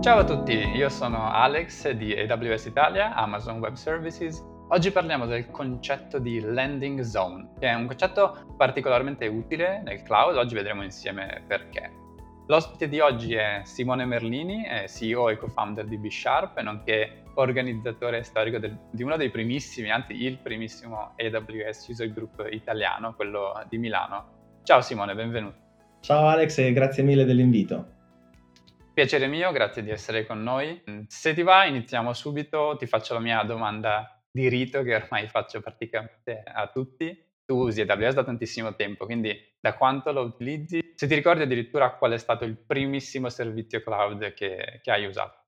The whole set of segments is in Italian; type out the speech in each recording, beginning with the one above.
Ciao a tutti, io sono Alex di AWS Italia, Amazon Web Services. Oggi parliamo del concetto di landing zone, che è un concetto particolarmente utile nel cloud. Oggi vedremo insieme perché. L'ospite di oggi è Simone Merlini, è CEO e co-founder di B Sharp, nonché organizzatore storico di uno dei primissimi, anzi il primissimo AWS User Group italiano, quello di Milano. Ciao Simone, benvenuto. Ciao Alex e grazie mille dell'invito. Piacere mio, grazie di essere con noi. Se ti va, iniziamo subito. Ti faccio la mia domanda di rito che ormai faccio praticamente a tutti. Tu usi AWS da tantissimo tempo, quindi da quanto lo utilizzi? Se ti ricordi addirittura qual è stato il primissimo servizio cloud che hai usato?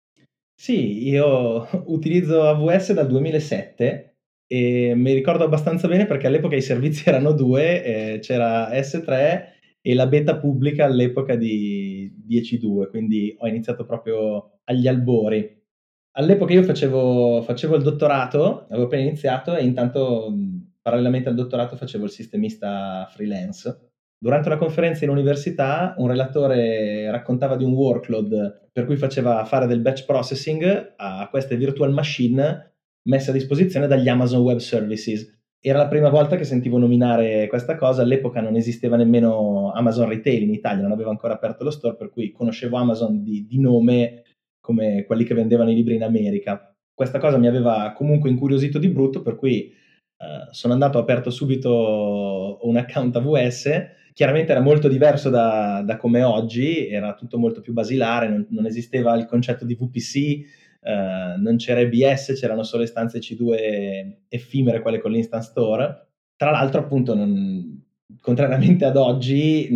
Sì, io utilizzo AWS dal 2007 e mi ricordo abbastanza bene perché all'epoca i servizi erano due, c'era S3 e la beta pubblica all'epoca di 10.2, quindi ho iniziato proprio agli albori. All'epoca io facevo il dottorato, avevo appena iniziato e intanto parallelamente al dottorato facevo il sistemista freelance. Durante una conferenza in università un relatore raccontava di un workload per cui faceva fare del batch processing a queste virtual machine messe a disposizione dagli Amazon Web Services. Era la prima volta che sentivo nominare questa cosa, all'epoca non esisteva nemmeno Amazon Retail in Italia, non aveva ancora aperto lo store, per cui conoscevo Amazon di nome come quelli che vendevano i libri in America. Questa cosa mi aveva comunque incuriosito di brutto, per cui sono andato, ho aperto subito un account AWS. Chiaramente era molto diverso da come è oggi, era tutto molto più basilare, non esisteva il concetto di VPC, non c'era EBS, c'erano solo istanze C2 effimere, quelle con l'instant store. Tra l'altro, appunto, contrariamente ad oggi,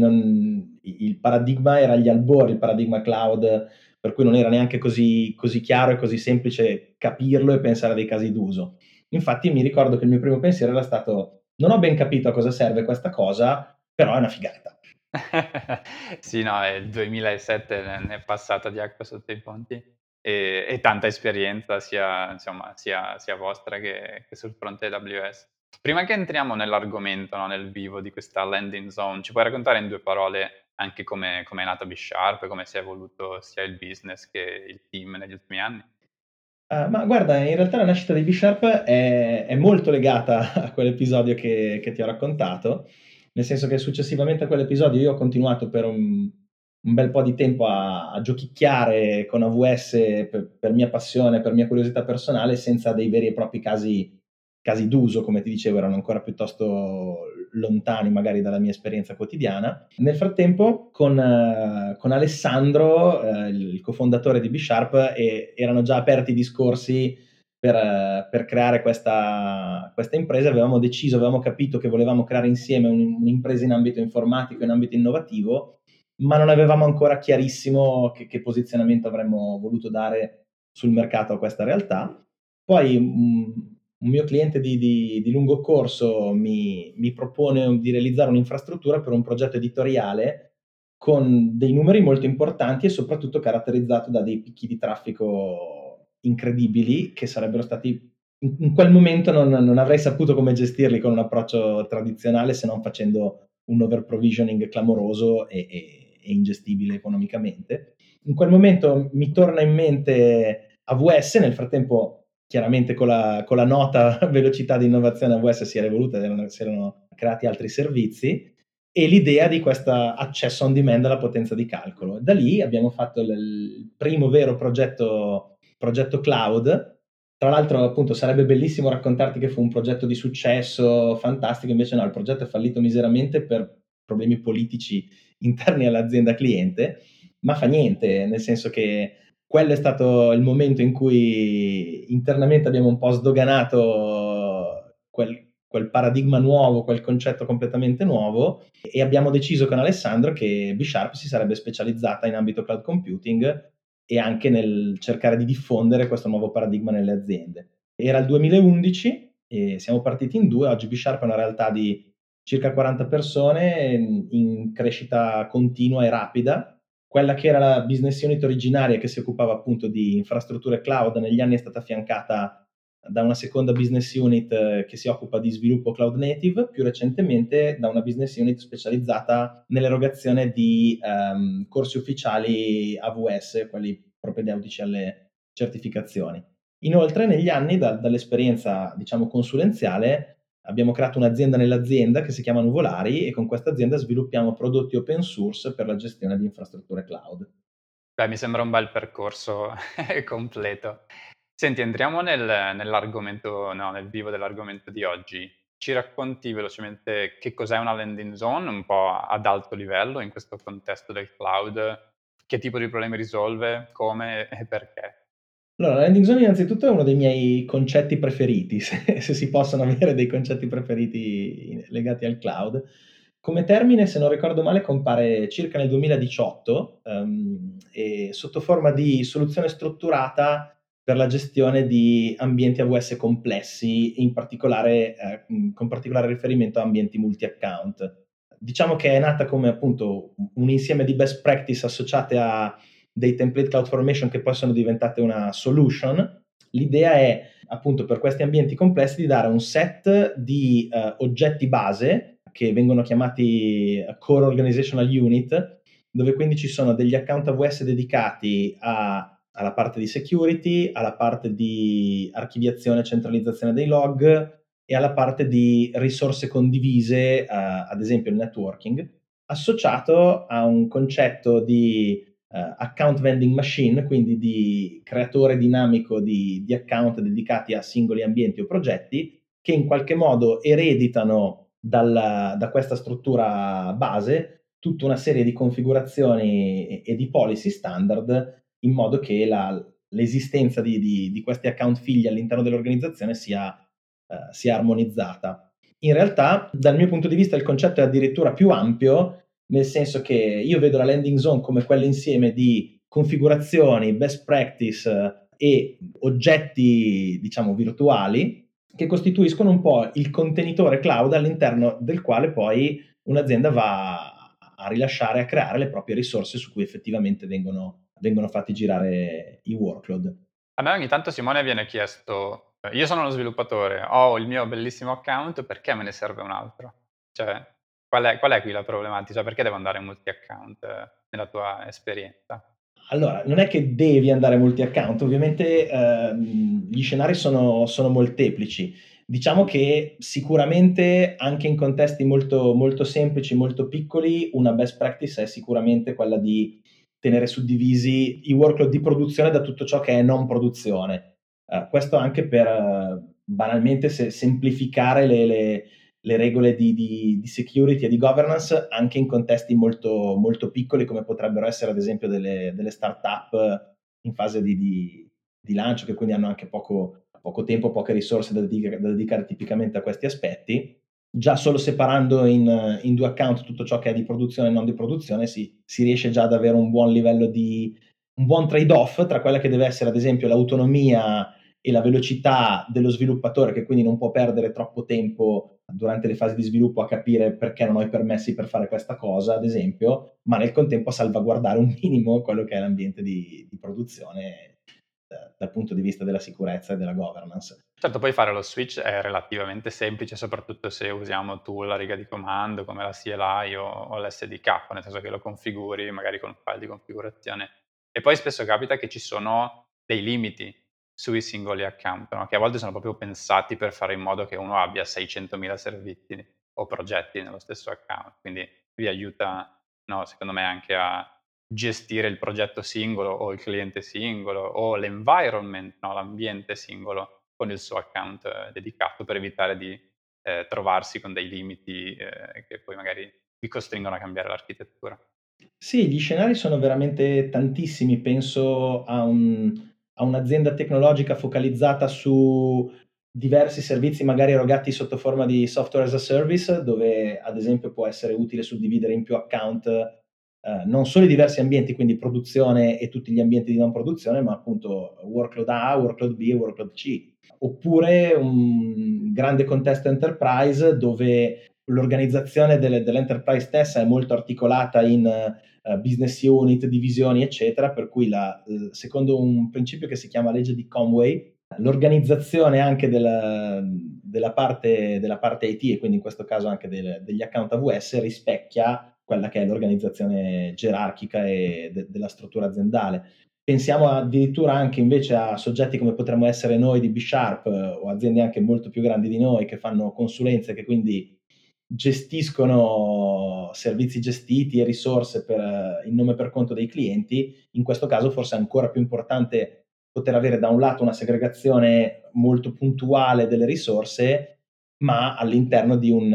il paradigma era agli albori, il paradigma cloud, per cui non era neanche così chiaro e così semplice capirlo e pensare a dei casi d'uso. Infatti mi ricordo che il mio primo pensiero era stato: non ho ben capito a cosa serve questa cosa, però è una figata. Sì, no, è il 2007, ne è passata di acqua sotto i ponti e tanta esperienza sia insomma, sia vostra che sul fronte AWS. Prima che entriamo nell'argomento, no, nel vivo di questa landing zone, ci puoi raccontare in 2 parole anche come è nata B Sharp, come si è evoluto sia il business che il team negli ultimi anni? Ma guarda, in realtà la nascita di B-Sharp è molto legata a quell'episodio che ti ho raccontato, nel senso che successivamente a quell'episodio io ho continuato per un bel po' di tempo a giochicchiare con AWS per mia passione, per mia curiosità personale, senza dei veri e propri casi d'uso, come ti dicevo, erano ancora piuttosto lontani magari dalla mia esperienza quotidiana. Nel frattempo con Alessandro, il cofondatore di B-Sharp, erano già aperti i discorsi per creare questa impresa. Avevamo capito che volevamo creare insieme un'impresa in ambito informatico, in ambito innovativo, ma non avevamo ancora chiarissimo che posizionamento avremmo voluto dare sul mercato a questa realtà. Poi un mio cliente di lungo corso mi propone di realizzare un'infrastruttura per un progetto editoriale con dei numeri molto importanti e soprattutto caratterizzato da dei picchi di traffico incredibili, che sarebbero stati in quel momento non avrei saputo come gestirli con un approccio tradizionale, se non facendo un over provisioning clamoroso e ingestibile economicamente. In quel momento mi torna in mente AWS. Nel frattempo, chiaramente con la nota velocità di innovazione, AWS si era evoluta, si erano creati altri servizi e l'idea di questa accesso on demand alla potenza di calcolo. Da lì abbiamo fatto il primo vero progetto cloud. Tra l'altro, appunto, sarebbe bellissimo raccontarti che fu un progetto di successo fantastico, invece no, il progetto è fallito miseramente per problemi politici interni all'azienda cliente, ma fa niente, nel senso che quello è stato il momento in cui internamente abbiamo un po' sdoganato quel paradigma nuovo, quel concetto completamente nuovo, e abbiamo deciso con Alessandro che B Sharp si sarebbe specializzata in ambito cloud computing e anche nel cercare di diffondere questo nuovo paradigma nelle aziende. Era il 2011 e siamo partiti in due. Oggi B Sharp è una realtà di circa 40 persone in crescita continua e rapida. Quella che era la business unit originaria, che si occupava appunto di infrastrutture cloud, negli anni è stata affiancata da una seconda business unit che si occupa di sviluppo cloud native, più recentemente da una business unit specializzata nell'erogazione di corsi ufficiali AWS, quelli propedeutici alle certificazioni. Inoltre, negli anni, dall'esperienza, diciamo, consulenziale, abbiamo creato un'azienda nell'azienda che si chiama Nuvolari e con questa azienda sviluppiamo prodotti open source per la gestione di infrastrutture cloud. Beh, mi sembra un bel percorso completo. Senti, entriamo nell'argomento, no, nel vivo dell'argomento di oggi. Ci racconti velocemente che cos'è una landing zone, un po' ad alto livello in questo contesto del cloud, che tipo di problemi risolve, come e perché? Allora, la landing zone innanzitutto è uno dei miei concetti preferiti, se si possono avere dei concetti preferiti legati al cloud. Come termine, se non ricordo male, compare circa nel 2018, e sotto forma di soluzione strutturata per la gestione di ambienti AWS complessi, in particolare, con particolare riferimento a ambienti multi-account. Diciamo che è nata come appunto un insieme di best practice associate a dei template CloudFormation che poi sono diventate una solution. L'idea è appunto per questi ambienti complessi di dare un set di oggetti base che vengono chiamati Core Organizational Unit, dove quindi ci sono degli account AWS dedicati alla parte di security, alla parte di archiviazione e centralizzazione dei log e alla parte di risorse condivise, ad esempio il networking, associato a un concetto di account vending machine, quindi di creatore dinamico di account dedicati a singoli ambienti o progetti che in qualche modo ereditano da questa struttura base tutta una serie di configurazioni e di policy standard in modo che l'esistenza di questi account figli all'interno dell'organizzazione sia armonizzata. In realtà, dal mio punto di vista, il concetto è addirittura più ampio, nel senso che io vedo la landing zone come quell'insieme di configurazioni, best practice e oggetti, diciamo, virtuali che costituiscono un po' il contenitore cloud all'interno del quale poi un'azienda va a rilasciare, a creare le proprie risorse su cui effettivamente vengono fatti girare i workload. A me ogni tanto, Simone, viene chiesto, io sono uno sviluppatore, ho il mio bellissimo account, perché me ne serve un altro? Cioè, qual è qui la problematica? Cioè, perché devo andare multi-account nella tua esperienza? Allora, non è che devi andare multi-account, ovviamente gli scenari sono molteplici. Diciamo che sicuramente anche in contesti molto, molto semplici, molto piccoli, una best practice è sicuramente quella di tenere suddivisi i workload di produzione da tutto ciò che è non produzione. Questo anche per banalmente semplificare le regole di security e di governance anche in contesti molto, molto piccoli come potrebbero essere ad esempio delle start-up in fase di lancio che quindi hanno anche poco tempo, poche risorse da dedicare tipicamente a questi aspetti. Già solo separando in due account tutto ciò che è di produzione e non di produzione si riesce già ad avere un buon livello un buon trade-off tra quella che deve essere ad esempio l'autonomia e la velocità dello sviluppatore che quindi non può perdere troppo tempo durante le fasi di sviluppo a capire perché non ho i permessi per fare questa cosa, ad esempio, ma nel contempo a salvaguardare un minimo quello che è l'ambiente di produzione dal punto di vista della sicurezza e della governance. Certo, poi fare lo switch è relativamente semplice, soprattutto se usiamo tool a riga di comando come la CLI o l'SDK, nel senso che lo configuri magari con un file di configurazione. E poi spesso capita che ci sono dei limiti sui singoli account, no? Che a volte sono proprio pensati per fare in modo che uno abbia 600.000 servizi o progetti nello stesso account. Quindi vi aiuta, no, secondo me, anche a gestire il progetto singolo o il cliente singolo o l'environment, no, l'ambiente singolo con il suo account dedicato per evitare di trovarsi con dei limiti che poi magari vi costringono a cambiare l'architettura. Sì, gli scenari sono veramente tantissimi. Penso a un'azienda tecnologica focalizzata su diversi servizi magari erogati sotto forma di software as a service, dove ad esempio può essere utile suddividere in più account, non solo i diversi ambienti, quindi produzione e tutti gli ambienti di non produzione, ma appunto workload A, workload B e workload C. Oppure un grande contesto enterprise dove l'organizzazione dell'enterprise stessa è molto articolata in business unit, divisioni, eccetera, per cui secondo un principio che si chiama legge di Conway, l'organizzazione anche della parte IT e quindi in questo caso anche degli account AWS rispecchia quella che è l'organizzazione gerarchica e della struttura aziendale. pensiamo addirittura anche invece a soggetti come potremmo essere noi di B Sharp o aziende anche molto più grandi di noi che fanno consulenze, che quindi gestiscono servizi gestiti e risorse in nome e per conto dei clienti. In questo caso forse è ancora più importante poter avere da un lato una segregazione molto puntuale delle risorse, ma all'interno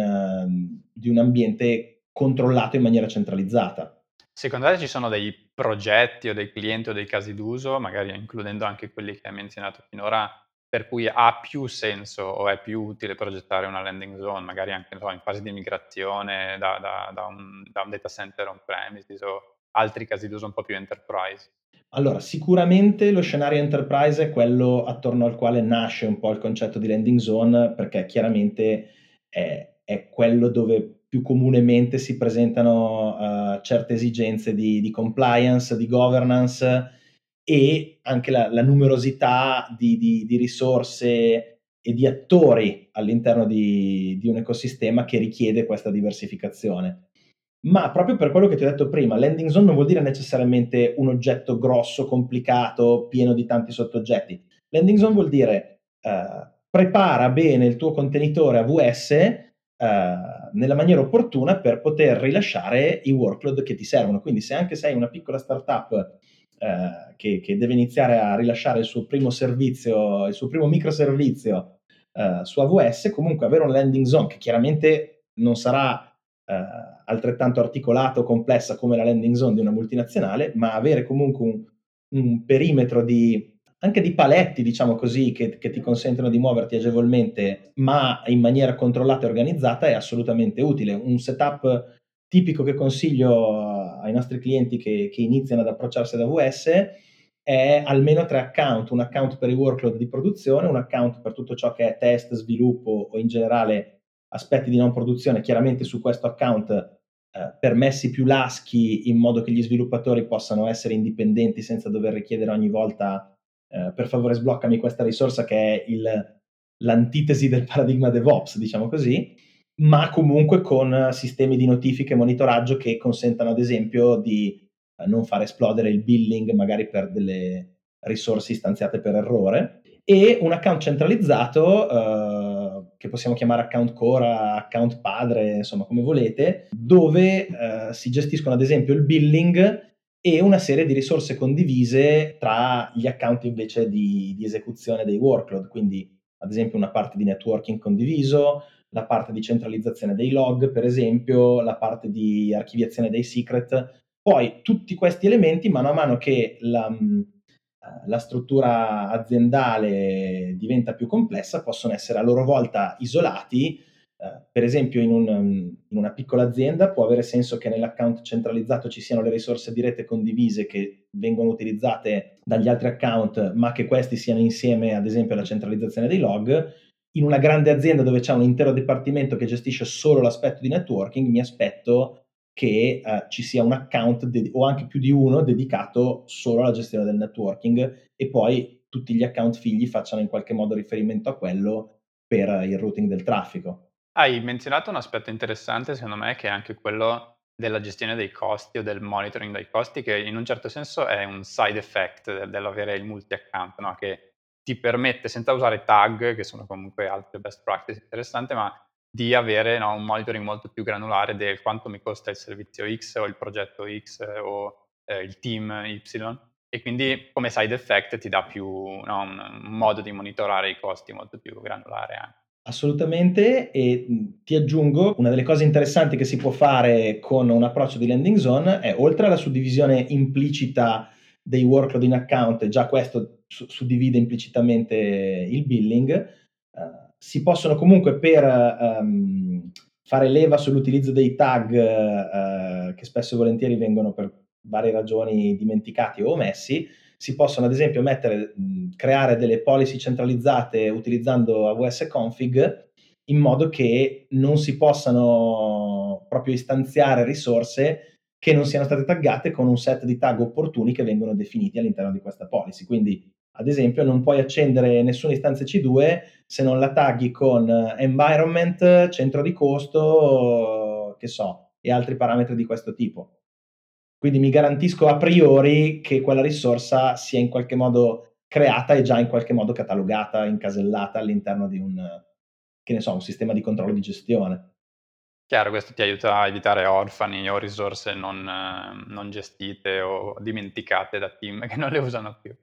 di un ambiente controllato in maniera centralizzata. Secondo te ci sono dei progetti o dei clienti o dei casi d'uso, magari includendo anche quelli che hai menzionato finora, per cui ha più senso o è più utile progettare una landing zone, magari anche, non so, in fase di migrazione da un data center on-premises o altri casi d'uso un po' più enterprise? Allora, sicuramente lo scenario enterprise è quello attorno al quale nasce un po' il concetto di landing zone, perché chiaramente è quello dove più comunemente si presentano certe esigenze di compliance, di governance e anche la numerosità di risorse e di attori all'interno di un ecosistema che richiede questa diversificazione. Ma proprio per quello che ti ho detto prima, landing zone non vuol dire necessariamente un oggetto grosso, complicato, pieno di tanti sottooggetti. Landing zone vuol dire prepara bene il tuo contenitore AWS nella maniera opportuna per poter rilasciare i workload che ti servono. Quindi se anche sei una piccola startup che deve iniziare a rilasciare il suo primo servizio, il suo primo microservizio su AWS, comunque avere un landing zone che chiaramente non sarà altrettanto articolata o complessa come la landing zone di una multinazionale, ma avere comunque un perimetro anche di paletti, diciamo così, che ti consentono di muoverti agevolmente, ma in maniera controllata e organizzata, è assolutamente utile. Un setup tipico che consiglio ai nostri clienti che iniziano ad approcciarsi ad AWS è almeno 3 account: un account per i workload di produzione, un account per tutto ciò che è test, sviluppo o in generale aspetti di non produzione, chiaramente su questo account permessi più laschi in modo che gli sviluppatori possano essere indipendenti senza dover richiedere ogni volta per favore sbloccami questa risorsa, che è l'antitesi del paradigma DevOps, diciamo così, ma comunque con sistemi di notifiche e monitoraggio che consentano ad esempio di non far esplodere il billing magari per delle risorse istanziate per errore, e un account centralizzato che possiamo chiamare account core, account padre, insomma come volete, dove si gestiscono ad esempio il billing e una serie di risorse condivise tra gli account invece di esecuzione dei workload, quindi ad esempio una parte di networking condiviso, la parte di centralizzazione dei log, per esempio, la parte di archiviazione dei secret. Poi tutti questi elementi, mano a mano che la struttura aziendale diventa più complessa, possono essere a loro volta isolati. Per esempio in una piccola azienda può avere senso che nell'account centralizzato ci siano le risorse di rete condivise che vengono utilizzate dagli altri account, ma che questi siano insieme ad esempio alla centralizzazione dei log. In una grande azienda dove c'è un intero dipartimento che gestisce solo l'aspetto di networking, mi aspetto che ci sia un account o anche più di uno dedicato solo alla gestione del networking, e poi tutti gli account figli facciano in qualche modo riferimento a quello per il routing del traffico. Hai menzionato un aspetto interessante secondo me, che è anche quello della gestione dei costi o del monitoring dei costi, che in un certo senso è un side effect dell'avere il multi-account, no? Che ti permette, senza usare tag, che sono comunque altre best practice interessanti, ma di avere, no, un monitoring molto più granulare del quanto mi costa il servizio X o il progetto X o il team Y, e quindi come side effect ti dà più, no, un modo di monitorare i costi molto più granulare anche. Assolutamente, e ti aggiungo, una delle cose interessanti che si può fare con un approccio di landing zone è, oltre alla suddivisione implicita dei workload in account, e già questo suddivide implicitamente il billing, si possono comunque per fare leva sull'utilizzo dei tag che spesso e volentieri vengono per varie ragioni dimenticati o omessi, si possono ad esempio creare delle policy centralizzate utilizzando AWS Config, in modo che non si possano proprio istanziare risorse che non siano state taggate con un set di tag opportuni che vengono definiti all'interno di questa policy. Quindi, ad esempio, non puoi accendere nessuna istanza C2 se non la tagghi con environment, centro di costo, che so, e altri parametri di questo tipo. Quindi mi garantisco a priori che quella risorsa sia in qualche modo creata e già in qualche modo catalogata, incasellata all'interno di che ne so, un sistema di controllo di gestione. Chiaro, questo ti aiuta a evitare orfani o risorse non gestite o dimenticate da team che non le usano più.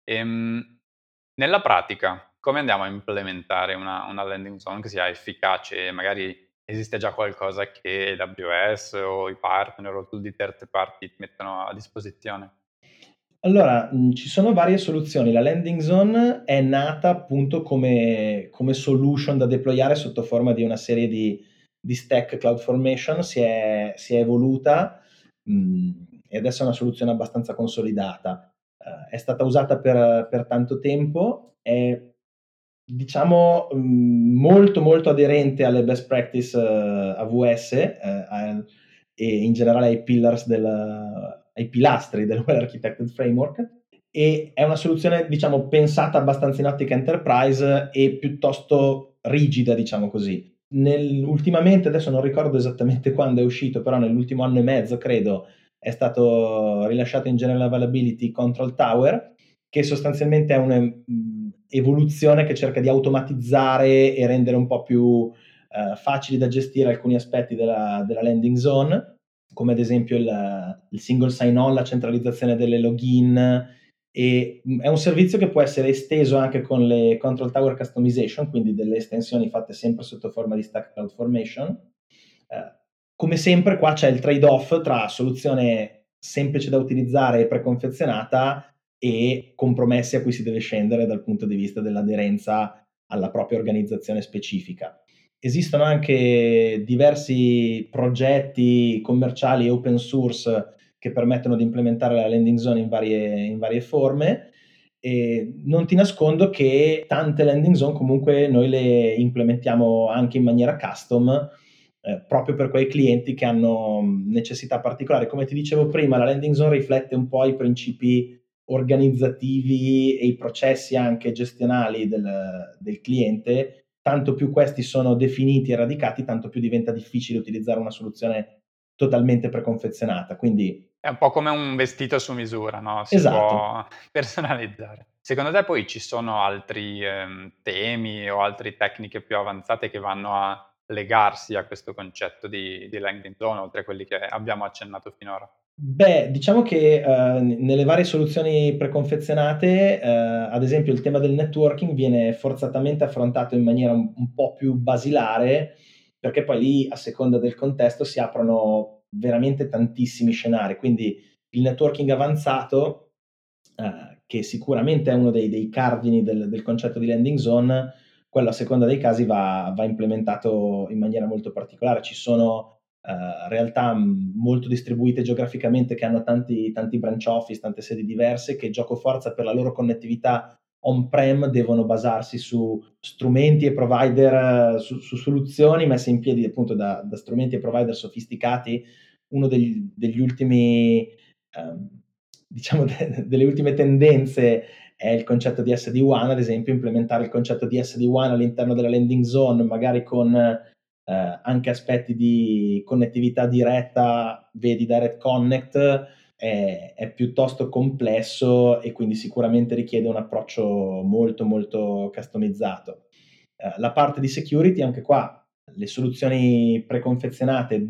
Nella pratica, come andiamo a implementare una landing zone che sia efficace? Magari esiste già qualcosa che AWS o i partner o tool di terze parti ti mettono a disposizione? Allora, ci sono varie soluzioni. La landing zone è nata appunto come solution da deployare sotto forma di una serie di stack CloudFormation, si è evoluta, e adesso è una soluzione abbastanza consolidata. È stata usata per tanto tempo, è diciamo, molto, molto aderente alle best practice AWS, e in generale ai pilastri del Well Architected Framework, e è una soluzione, diciamo, pensata abbastanza in ottica enterprise e piuttosto rigida, diciamo così. Ultimamente, adesso non ricordo esattamente quando è uscito, però nell'ultimo anno e mezzo, credo, è stato rilasciato in general availability Control Tower, che sostanzialmente è un'evoluzione che cerca di automatizzare e rendere un po' più facili da gestire alcuni aspetti della landing zone, come ad esempio il single sign-on, la centralizzazione delle login, e è un servizio che può essere esteso anche con le Control Tower Customization, quindi delle estensioni fatte sempre sotto forma di Stack CloudFormation. Come sempre qua c'è il trade-off tra soluzione semplice da utilizzare e preconfezionata e compromessi a cui si deve scendere dal punto di vista dell'aderenza alla propria organizzazione specifica. Esistono anche diversi progetti commerciali e open source che permettono di implementare la landing zone in varie forme, e non ti nascondo che tante landing zone comunque noi le implementiamo anche in maniera custom, proprio per quei clienti che hanno necessità particolari. Come ti dicevo prima, la landing zone riflette un po' i principi organizzativi e i processi anche gestionali del cliente. Tanto più questi sono definiti e radicati, tanto più diventa difficile utilizzare una soluzione totalmente preconfezionata. Quindi È un po' come un vestito su misura, no, si esatto. può personalizzare. Secondo te poi ci sono altri, temi o altre tecniche più avanzate che vanno a legarsi a questo concetto di landing zone, oltre a quelli che abbiamo accennato finora? Beh, diciamo che, nelle varie soluzioni preconfezionate, ad esempio il tema del networking viene forzatamente affrontato in maniera un po' più basilare, perché poi lì, a seconda del contesto, si aprono veramente tantissimi scenari. Quindi il networking avanzato, che sicuramente è uno dei cardini del concetto di landing zone, quello a seconda dei casi va implementato in maniera molto particolare. Ci sono realtà molto distribuite geograficamente, che hanno tanti branch office, tante sedi diverse, che giocoforza per la loro connettività on-prem devono basarsi su strumenti e provider, su soluzioni messe in piedi appunto da strumenti e provider sofisticati. Uno degli ultimi, diciamo, delle ultime tendenze è il concetto di SD-WAN, ad esempio. Implementare il concetto di SD-WAN all'interno della landing zone, magari con anche aspetti di connettività diretta, vedi Direct Connect, è piuttosto complesso e quindi sicuramente richiede un approccio molto, molto customizzato. La parte di security, anche qua le soluzioni preconfezionate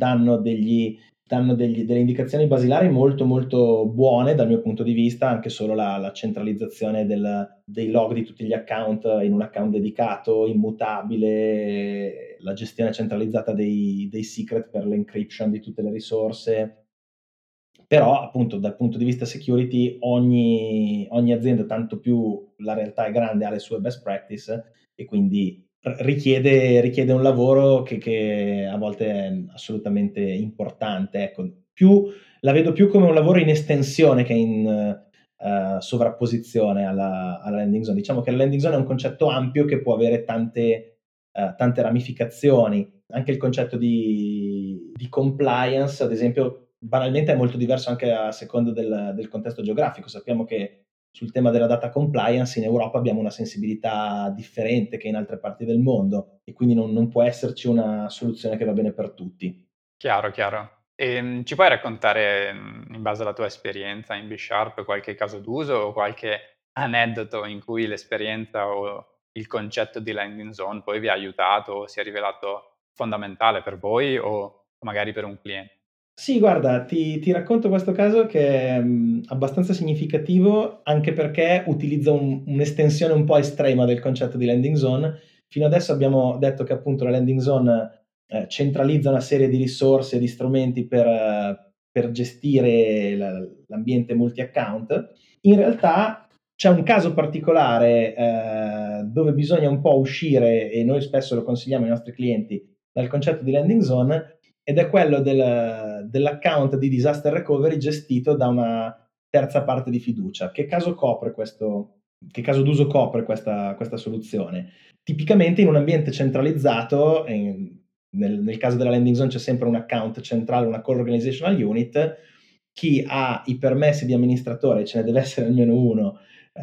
delle indicazioni basilari molto, molto buone dal mio punto di vista, anche solo la centralizzazione dei log di tutti gli account in un account dedicato, immutabile, la gestione centralizzata dei secret per l'encryption di tutte le risorse. Però appunto dal punto di vista security ogni azienda, tanto più la realtà è grande, ha le sue best practice, e quindi richiede un lavoro che a volte è assolutamente importante, ecco. La vedo più come un lavoro in estensione che in sovrapposizione alla landing zone. Diciamo che la landing zone è un concetto ampio che può avere tante ramificazioni. Anche il concetto di compliance, ad esempio, banalmente è molto diverso anche a seconda del contesto geografico. Sappiamo che sul tema della data compliance in Europa abbiamo una sensibilità differente che in altre parti del mondo, e quindi non può esserci una soluzione che va bene per tutti. Chiaro, chiaro. Ci puoi raccontare, in base alla tua esperienza in B Sharp, qualche caso d'uso o qualche aneddoto in cui l'esperienza o il concetto di landing zone poi vi ha aiutato o si è rivelato fondamentale per voi o magari per un cliente? Sì, guarda, ti racconto questo caso che è, abbastanza significativo, anche perché utilizza un'estensione un po' estrema del concetto di landing zone. Fino adesso abbiamo detto che appunto la landing zone, centralizza una serie di risorse e di strumenti per gestire l'ambiente multi-account. In realtà c'è un caso particolare, dove bisogna un po' uscire, e noi spesso lo consigliamo ai nostri clienti, dal concetto di landing zone, ed è quello dell'account di disaster recovery gestito da una terza parte di fiducia. Che caso d'uso copre questa soluzione? Tipicamente in un ambiente centralizzato, nel caso della landing zone c'è sempre un account centrale, una core organizational unit. Chi ha i permessi di amministratore, ce ne deve essere almeno uno,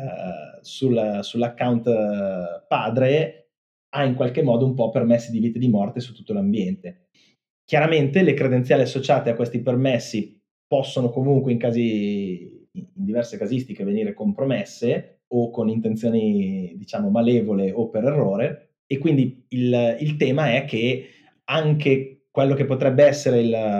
sull'account padre, ha in qualche modo un po' permessi di vita e di morte su tutto l'ambiente. Chiaramente le credenziali associate a questi permessi possono comunque in diverse casistiche venire compromesse o con intenzioni, diciamo, malevole o per errore, e quindi il tema è che anche quello che potrebbe essere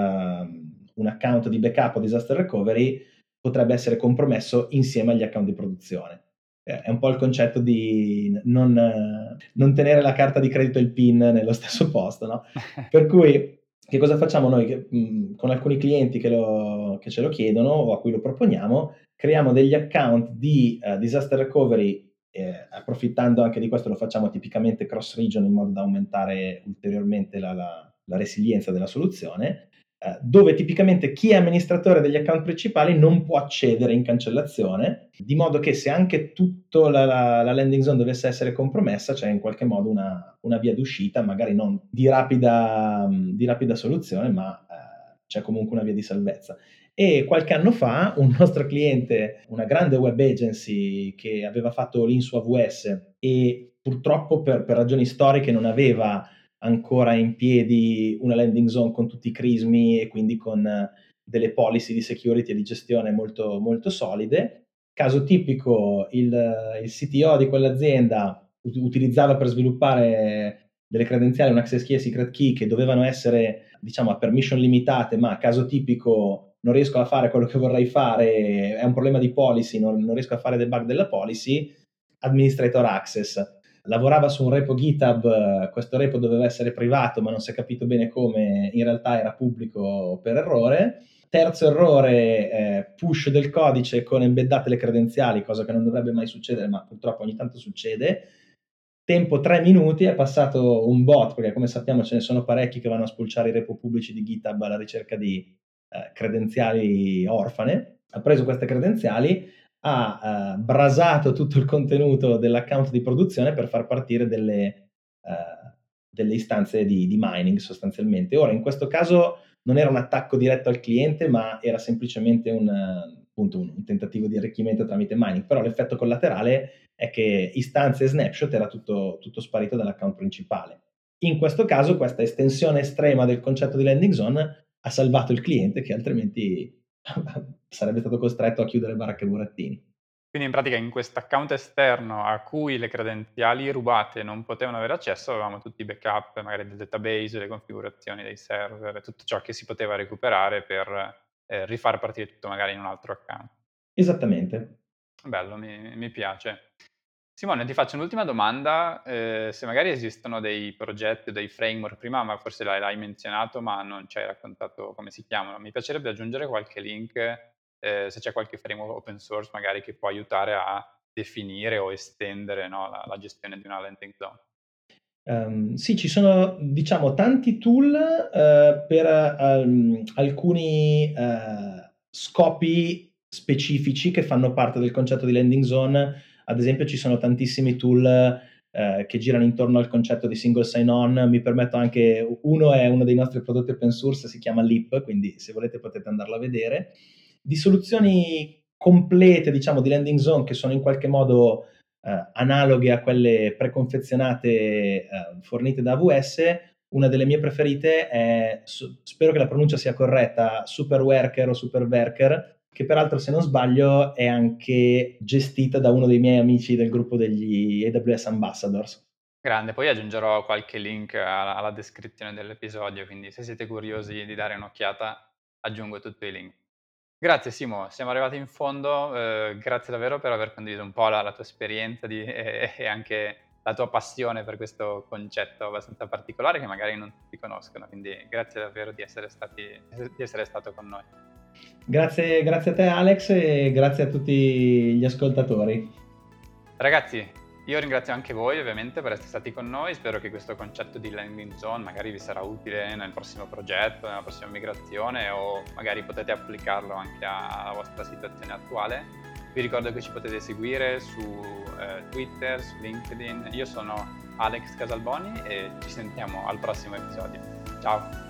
un account di backup o disaster recovery potrebbe essere compromesso insieme agli account di produzione. È un po' il concetto di non tenere la carta di credito e il PIN nello stesso posto, no? Per cui che cosa facciamo noi? Con alcuni clienti che ce lo chiedono o a cui lo proponiamo, creiamo degli account di disaster recovery, approfittando anche di questo, lo facciamo tipicamente cross region in modo da aumentare ulteriormente la resilienza della soluzione, dove tipicamente chi è amministratore degli account principali non può accedere in cancellazione, di modo che se anche tutta la landing zone dovesse essere compromessa, c'è in qualche modo una via d'uscita, magari non di rapida soluzione, ma c'è comunque una via di salvezza. E qualche anno fa un nostro cliente, una grande web agency che aveva fatto l'in su AWS e purtroppo per ragioni storiche non aveva ancora in piedi una landing zone con tutti i crismi e quindi con delle policy di security e di gestione molto, molto solide. Caso tipico, il CTO di quell'azienda utilizzava per sviluppare delle credenziali, un access key e secret key che dovevano essere, diciamo, a permission limitate, ma caso tipico non riesco a fare quello che vorrei fare, è un problema di policy, non riesco a fare debug della policy, administrator access. Lavorava su un repo GitHub, questo repo doveva essere privato, ma non si è capito bene come, in realtà era pubblico per errore. Terzo errore, push del codice con embeddate le credenziali, cosa che non dovrebbe mai succedere, ma purtroppo ogni tanto succede. Tempo 3 minuti, è passato un bot, perché come sappiamo ce ne sono parecchi che vanno a spulciare i repo pubblici di GitHub alla ricerca di credenziali orfane. Ha preso queste credenziali, ha brasato tutto il contenuto dell'account di produzione per far partire delle istanze di mining sostanzialmente. Ora, in questo caso non era un attacco diretto al cliente, ma era semplicemente appunto un tentativo di arricchimento tramite mining, però l'effetto collaterale è che istanze e snapshot era tutto sparito dall'account principale. In questo caso questa estensione estrema del concetto di landing zone ha salvato il cliente, che altrimenti sarebbe stato costretto a chiudere baracca e burattini. Quindi in pratica in questo account esterno a cui le credenziali rubate non potevano avere accesso, avevamo tutti i backup, magari del database, le configurazioni dei server, tutto ciò che si poteva recuperare per rifar partire tutto magari in un altro account. Esattamente. Bello, mi piace. Simone, ti faccio un'ultima domanda, se magari esistono dei progetti o dei framework, prima ma forse l'hai menzionato, ma non ci hai raccontato come si chiamano. Mi piacerebbe aggiungere qualche link, se c'è qualche framework open source magari che può aiutare a definire o estendere, no, la gestione di una landing zone. Sì, ci sono, diciamo, tanti tool per alcuni scopi specifici che fanno parte del concetto di landing zone. Ad esempio, ci sono tantissimi tool che girano intorno al concetto di single sign-on. Mi permetto anche, uno è uno dei nostri prodotti open source, si chiama Leap, quindi se volete potete andarlo a vedere. Di soluzioni complete, diciamo, di landing zone che sono in qualche modo analoghe a quelle preconfezionate fornite da AWS, una delle mie preferite è, spero che la pronuncia sia corretta, Superworker o Superworker, che peraltro, se non sbaglio, è anche gestita da uno dei miei amici del gruppo degli AWS Ambassadors. Grande, poi aggiungerò qualche link alla descrizione dell'episodio, quindi se siete curiosi di dare un'occhiata aggiungo tutti i link. Grazie Simo, siamo arrivati in fondo, grazie davvero per aver condiviso un po' la tua esperienza e anche la tua passione per questo concetto abbastanza particolare che magari non tutti conoscono, quindi grazie davvero di essere stato con noi. Grazie a te Alex e grazie a tutti gli ascoltatori. Ragazzi, io ringrazio anche voi ovviamente per essere stati con noi, spero che questo concetto di landing zone magari vi sarà utile nel prossimo progetto, nella prossima migrazione o magari potete applicarlo anche alla vostra situazione attuale. Vi ricordo che ci potete seguire su Twitter, su LinkedIn. Io sono Alex Casalboni e ci sentiamo al prossimo episodio. Ciao!